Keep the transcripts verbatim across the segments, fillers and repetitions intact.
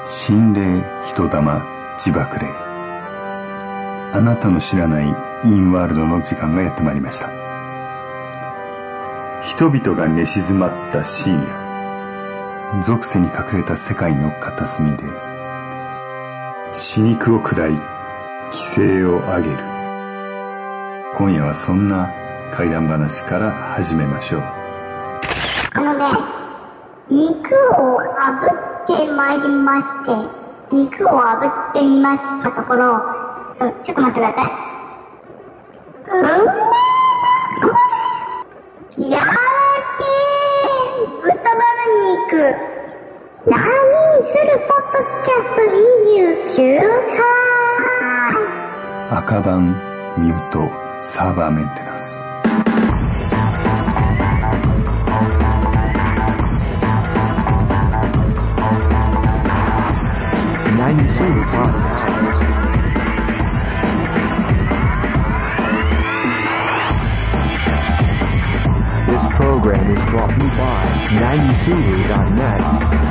心霊人玉自爆霊。あなたの知らないインワールドの時間がやってまいりました。人々が寝静まった深夜、俗世に隠れた世界の片隅で死肉を食らい奇声を上げる。今夜はそんな怪談話から始めましょう。 あのね、肉を炙ってまいりまして、肉を炙ってみましたところ、ちょっと待ってください。うーん、これやらけー豚バラ肉何するポッドキャストにじゅうきゅうかい。 赤番ミュートサーバーメンテナンス。 This program is brought to you by ninety sulu dot net.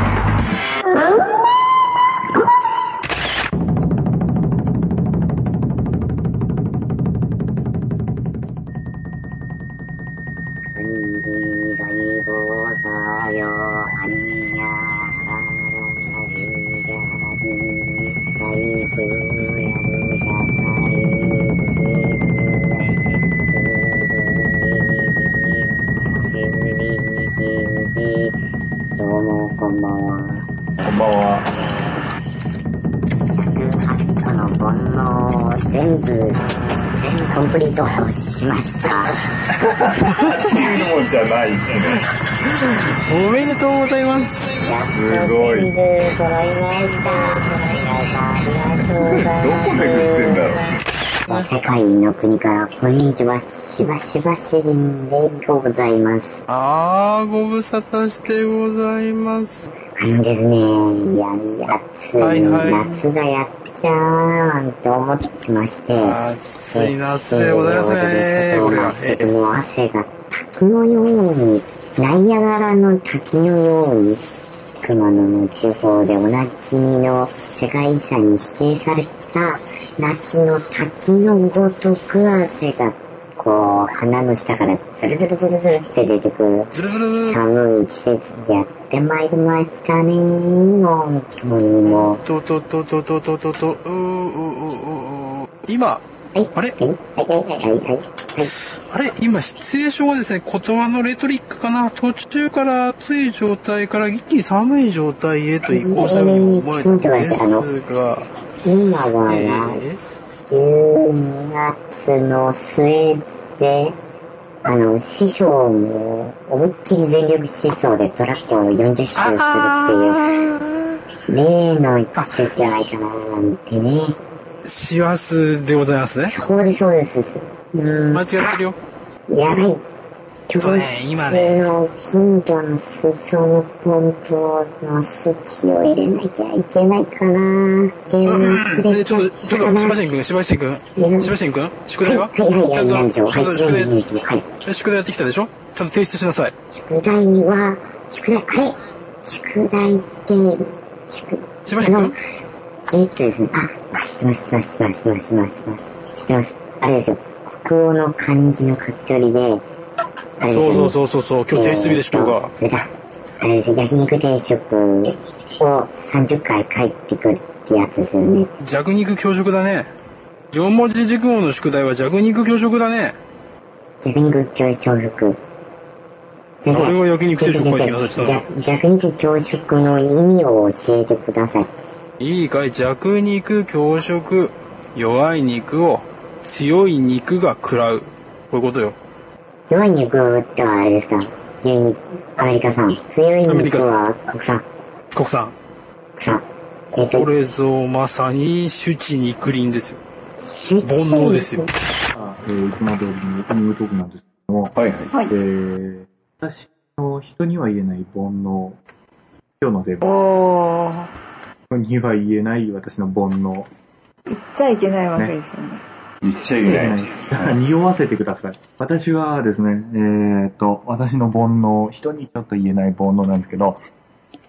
どうもこんばんは。 こんばんは。 ひゃくはちこの煩悩を全部コンプリートしました。 っていうのじゃないですね。 おめでとうございます。 すごい。全部揃いました。ありがとうございます。 どこで売ってんだろう。 世界の国からこんにちは、しばしばしりんでございます。 あー、ご無沙汰してございます。 あのですね、いや、暑い、はいはい、夏がやってきたなんて思ってまして。 暑い夏でございますね。 これは。えもう汗が滝のように、ナイアガラの滝のように、熊野の地方でおなじみの世界遺産に指定された夏の滝のごとく汗がこう鼻の下からズルズルズルズルって出てくる寒い季節やってまいりましたね。本当にもうととととととととうううう今はい、 あれ、 はいはいはいはいはい、 あれ今シチュエーションはですね、言葉のレトリックかな。途中から暑い状態から一気に寒い状態へと移行したように思えたんですが、 今は、えー、じゅうにがつの末で、あの、師匠も思いっきり全力疾走でトラックをよんじゅっしゅうするっていう、例の季節じゃないかななんてね。 師走でございますね。 そうです、そうです。 うん。間違ってるよ。 やばい。教室の近所の水槽のポンプのスイッチを入れなきゃいけないかな。電話くれちょっと、ちょっと、しばしんくん、しばしんくん、しばしんくん、宿題ははい、はい、はい、はい、はい、 ちょっと、宿題、はい。宿題やってきたでしょ。ちゃんと提出しなさい。 宿題は、宿題、あれ宿題って、宿、 しばしんくんえー、っとですね、あ、知ってます、知ってます、知ってます、知ってます、知ってます、知ってます。あれですよ、国語の漢字の書き取りで、あれですよね、 そうそうそうそう、今日提出日でしょうが。 それだ、あれですよ、焼肉定食をさんじゅっかい書いてくるってやつですよね。 弱肉強食だね。よん文字熟語の宿題は弱肉強食だね。 弱肉強食。先生、 あれは焼肉定食書いてください。 弱肉強食の意味を教えてください。 いいかい、弱肉強食、弱い肉を強い肉が食らう、こういうことよ。 弱い肉ってはあれですか、牛肉、アメリカ産。強い肉は国産。 国産。 国産。 えー、これぞまさに種地肉林ですよ。煩悩ですよ。 あ、えー、いつも通りにオープニングトークなんですけども、はいはい。えー、私の人には言えない煩悩、今日のテーマ。 おー。 には言えない私の煩悩。 言っちゃいけないわけですよね。 言っちゃいけない。 匂わせてください。私はですね、えー、っと、私の煩悩、人にちょっと言えない煩悩なんですけど、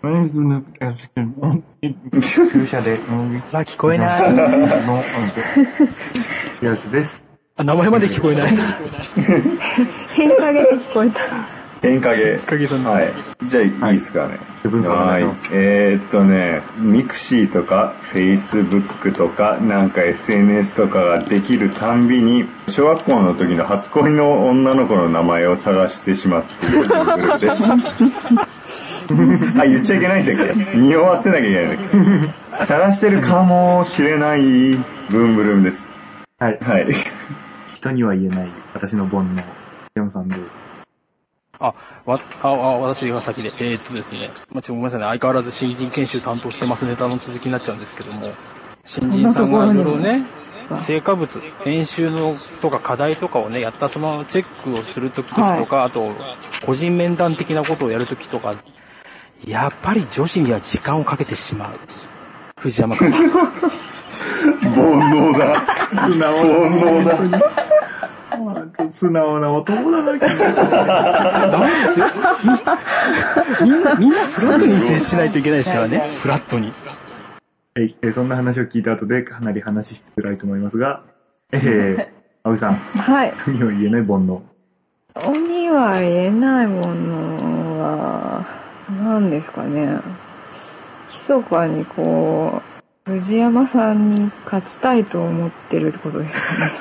注射で、 あ、聞こえない。 の、やつです。 あ、名前まで聞こえない。 変影で聞こえた。 変影。 影さんの。 はい。じゃあ、いいですかね。 はい。 えー、っとね、ミクシーとか、フェイスブックとか、なんか エスエヌエス とかができるたんびに、小学校の時の初恋の女の子の名前を探してしまっているグループです。あ、言っちゃいけないんだっけ？匂わせなきゃいけないんだっけ？探してるかもしれないブームブルームです。 はい。 はい。 人には言えない私の煩悩。山さんで。 あ、わ、あ、あ私が先で。えー、っとですね。まあ、ちょっとごめんなさいね。相変わらず新人研修担当してますネタの続きになっちゃうんですけども。新人さんがいろいろね、成果物、演習のとか課題とかをね、やったそのチェックをするときとか、はい、あと、個人面談的なことをやるときとか、やっぱり女子には時間をかけてしまう。藤山君。 煩悩だ。 素直煩悩だ。素直な男だな、君。 ダメですよ。みんな、みんなフラットに接しないといけないですからね。フラットに。 はい、えー、そんな話を聞いた後でかなり話しづらいと思いますが、えー、葵さん。 はい。 人には言えない煩悩。 人には言えないものは、何ですかね。密かにこう、藤山さんに勝ちたいと思ってるってことですかね。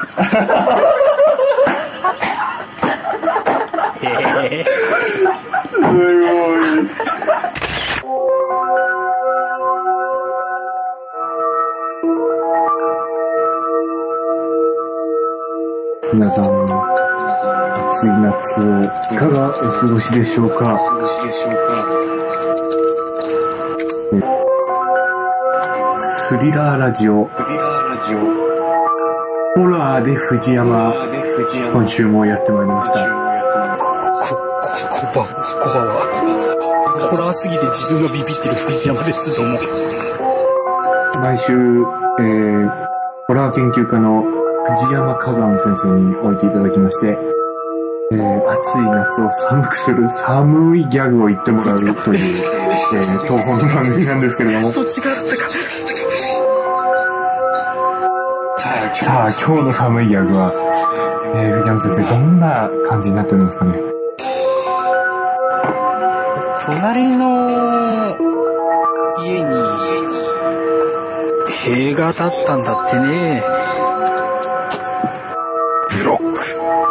へすごい。 皆さん、暑い夏をいかがお過ごしでしょうか。スリラーラジオ、ホラーで藤山、今週もやってまいりました。 こ、こ、こば、こばは、ホラーすぎて自分がビビってる藤山です、どうも。 毎週、えー、ホラー研究家の藤山火山先生においていただきまして、えー、暑い夏を寒くする寒いギャグを言ってもらうという、えー、東宝の番組なんですけれども。 そっちがあったか。 さあ、今日の寒いギャグは、えー、藤山先生、どんな感じになってるんですかね。 隣の家に塀が立ったんだってね。ブロック。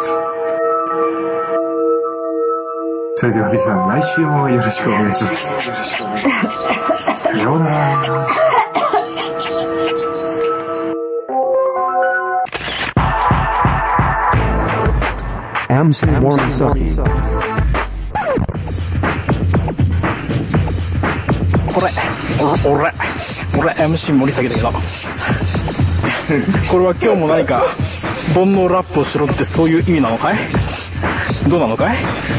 それでは皆さん、来週もよろしくお願いします。さようなら。 エムシー Morisaki。 これ、俺、俺 エムシー 森崎だけど。これは今日も何か煩悩ラップをしろってそういう意味なのかい？どうなのかい？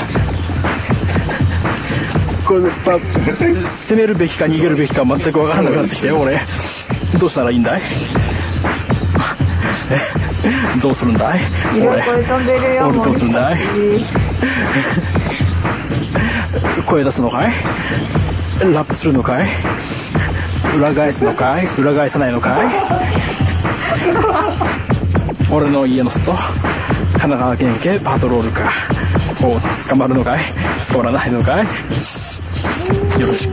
これ、ま、攻めるべきか逃げるべきか全く分からなくなってきたよ俺。どうしたらいいんだい？どうするんだい？ 色声飛んでるよ。 俺どうするんだい？声出すのかい？ラップするのかい？裏返すのかい？裏返さないのかい？俺の家の外、神奈川県警パトロールか。おう、捕まるのかい？捕まらないのかい？よろしく。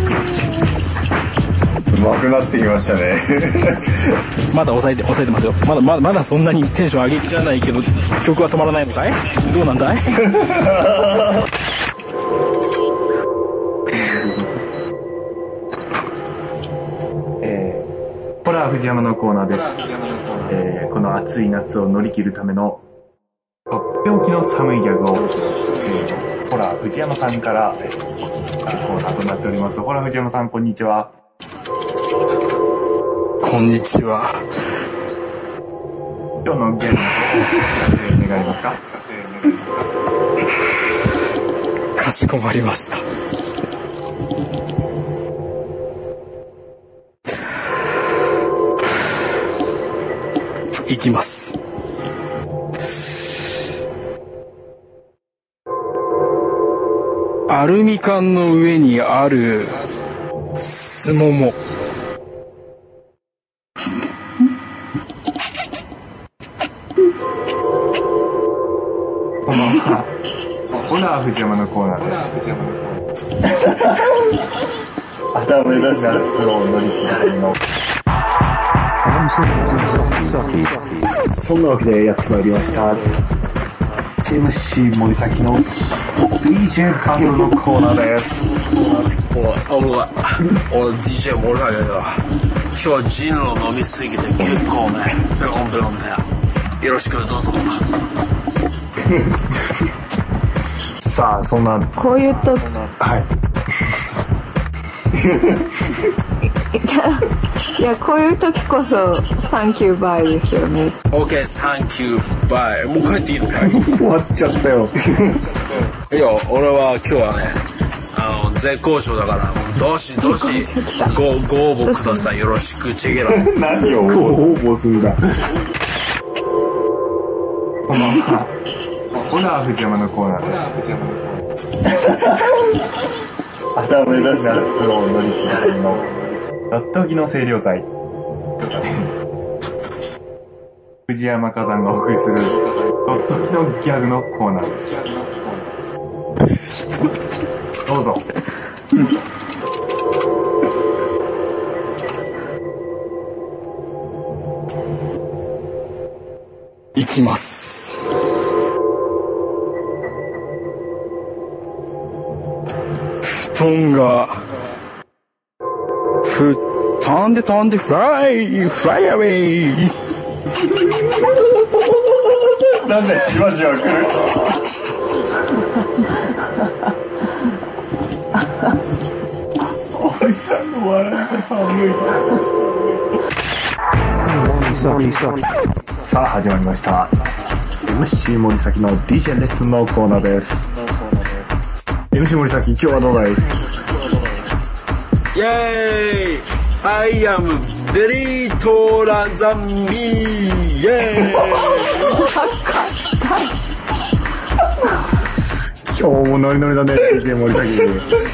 上手くなってきましたね。 まだ抑えて抑えてますよ。まだまだまだそんなにテンション上げきらないけど曲は止まらないのかい？どうなんだい？ えー、ホラー藤山のコーナーです。えー、この暑い夏を乗り切るためのとっておきの寒いギャグを、えー、ホラー藤山さんから、えー、コーナーとなっております。ホラー藤山さん、こんにちは。 こんにちは。 今日のゲームの願いますか？ かしこまりました。いきます。アルミ缶の上にあるすもも。 こんばんは。オナー藤山のコーナーです。 ダメ出しだ。 夏を乗り切るの。そんなわけでやってまいりました。エムシー 森崎の ディージェー バンドのコーナーです。 おい、お前、俺 ディージェー 森崎だけど、今日はジンを飲みすぎて結構ね、ベロンベロンだよ。よろしくどうぞ。 さあ、そんな、 こういうと、 はい。 いや、こういう時こそサンキューバイですよね。 オーケー、サンキューバイ。もう帰っていいのかい？ 終わっちゃったよ。 いや、俺は今日はね、あの絶好調だからどしどしごご応募ください。よろしくチェゲラ。 何を応募するんだ。こんばんは。オナー藤山のコーナーです。 ダメ出しだ。 夏を乗り切るの。とっておきの清涼剤。藤山火山がお送りするとっておきのギャグのコーナーです。どうぞ。 いきます。布団がふ飛んで飛んでフライフライアウェイ。 なんでじわじわ来る。おいさんの笑いが寒い。 さあ始まりました エムシー 森崎の ディージェー レッスンのコーナーです。 エムシー 森崎、今日はどうだい？ イエーイ I am very tall than me イエーイ。 今日もノリノリだね ディージェー 森崎。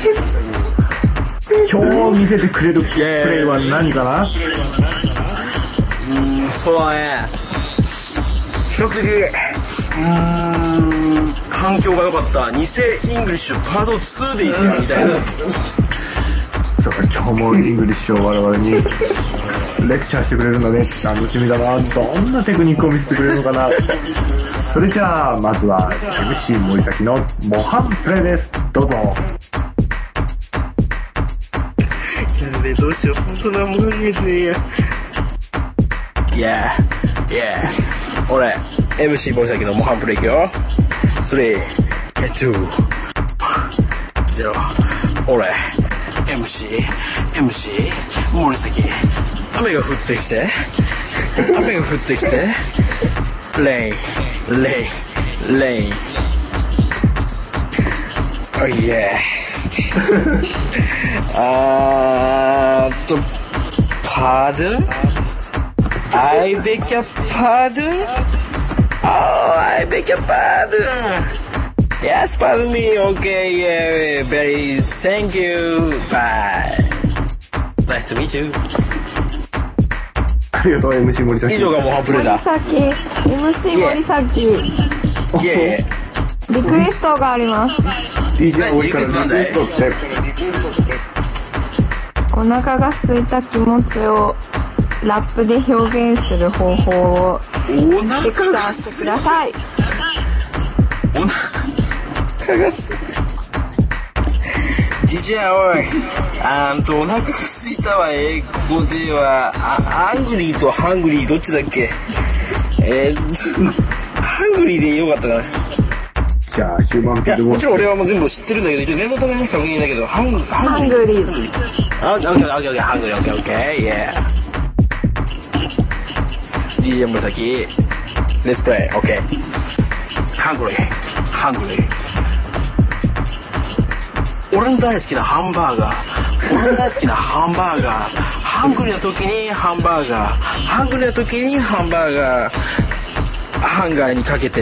今日見せてくれるプレイは何かな？ そうだね、比較的うーん環境が良かった偽イングリッシュパートツーでいってみたいな。 そうか、今日もイングリッシュを我々にレクチャーしてくれるんだね。楽しみだな。どんなテクニックを見せてくれるのかな。それじゃあまずは エムシー 森崎の模範プレイです。どうぞ。 やべえ、どうしよう、本当何も考えてねえや。いやいや俺 エムシー 森崎の模範プレイいくよ。スリー、ツー、ゼロ。俺 エムシー エムシー 森崎。雨が降ってきて雨が降ってきてレインレインレイン。おいえあーっとパドゥI beg your pardon? Oh, I beg your pardon. Yes, pardon me. Okay, yeah, very thank you. Bye. Nice to meet you. ありがとう エムシー 森崎。 以上が模範プレイだ。 森崎、エムシー 森崎、 いえいえ。 リクエストがあります。 ディージェー 森からリクエストって。 お腹が空いた気持ちをラップで表現する方法をお腹レクチャーがしてください。 お腹がすいディジェーおい、あーんとお腹が空いたは英語ではあアングリーとハングリーどっちだっけ？えー、ハングリーでよかったかな。 じゃあヒューマンピルも。 いやもちろん俺はもう全部知ってるんだけど、一応念のためね確認だけど、ハングハングリー。 あ、オッケーオッケーオッケー、ハングリーオッケーオッケー、イエー。ディージェー 森崎、Let's play, OK。ハングリー、ハングリー。俺の大好きなハンバーガー、俺の大好きなハンバーガー。ハングリーな時にハンバーガー、ハングリーな時にハンバーガー、ハンガーにかけて。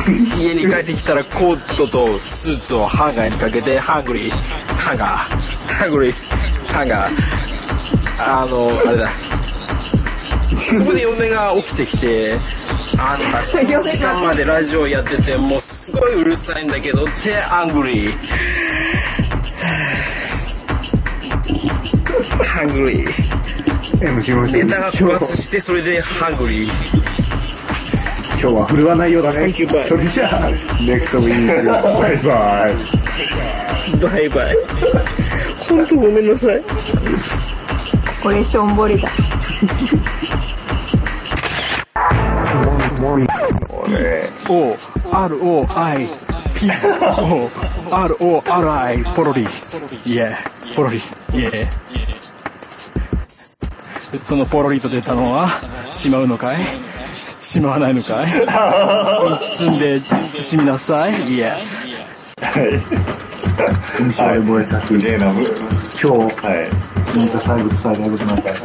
家に帰ってきたらコートとスーツをハンガーにかけてハングリーハンガーハングリーハンガーあのあれだそこで嫁が起きてきてあんたこの時間までラジオやっててもうすごいうるさいんだけどってアングリーハングリーネタが枯渇してそれでハングリー今日は振るわないようだね。 サンキューバイそれじゃあ ネクストウィークバイバイバイバイ本当ごめんなさいこれしょんぼりだ。 O R O I P O R O R I ポロリイエーポロリイエーそのポロリと出たのはしまうのかいしまわないのかい包んで包みなさいイエーミシェル覚えさすげえな今日はい何か最後伝えたいことなんか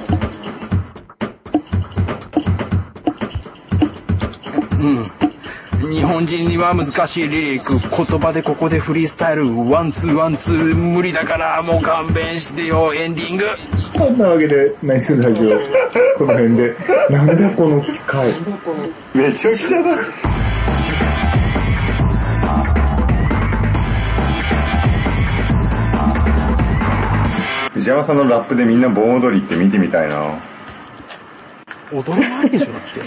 うん日本人には難しいリリック言葉でここでフリースタイルワンツーワンツー無理だからもう勘弁してよエンディングそんなわけでナイスラジオこの辺でなんだこの回めちゃくちゃだ藤山さんのラップでみんな盆踊りって見てみたいな踊らないでしょだって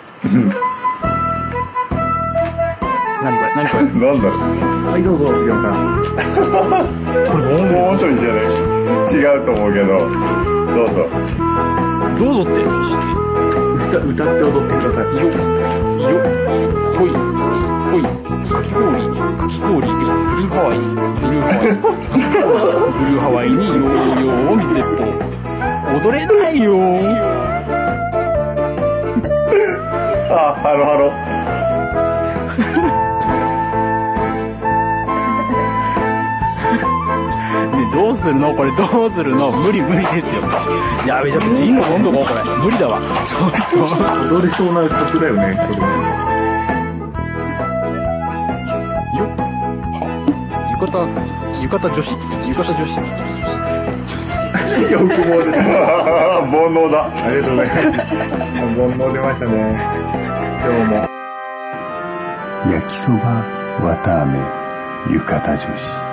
何これ何これなんだろうはいどうぞ藤山さんこれ盆踊りじゃない違うと思うけどどうぞどうぞって歌歌って踊ってくださいよよほいほいかき氷かき氷えブルーハワイブルーハワイブルーハワイにヨーヨーを水鉄砲踊れないよあハロハロねどうするのこれどうするの無理無理ですよやべじゃあジンの温度かこれ無理だわちょっと踊れそうな曲だよねこれよは浴衣浴衣女子浴衣女子よくも出た煩悩だありがとうございます煩悩出ましたね今日も焼きそばわたあめ浴衣女子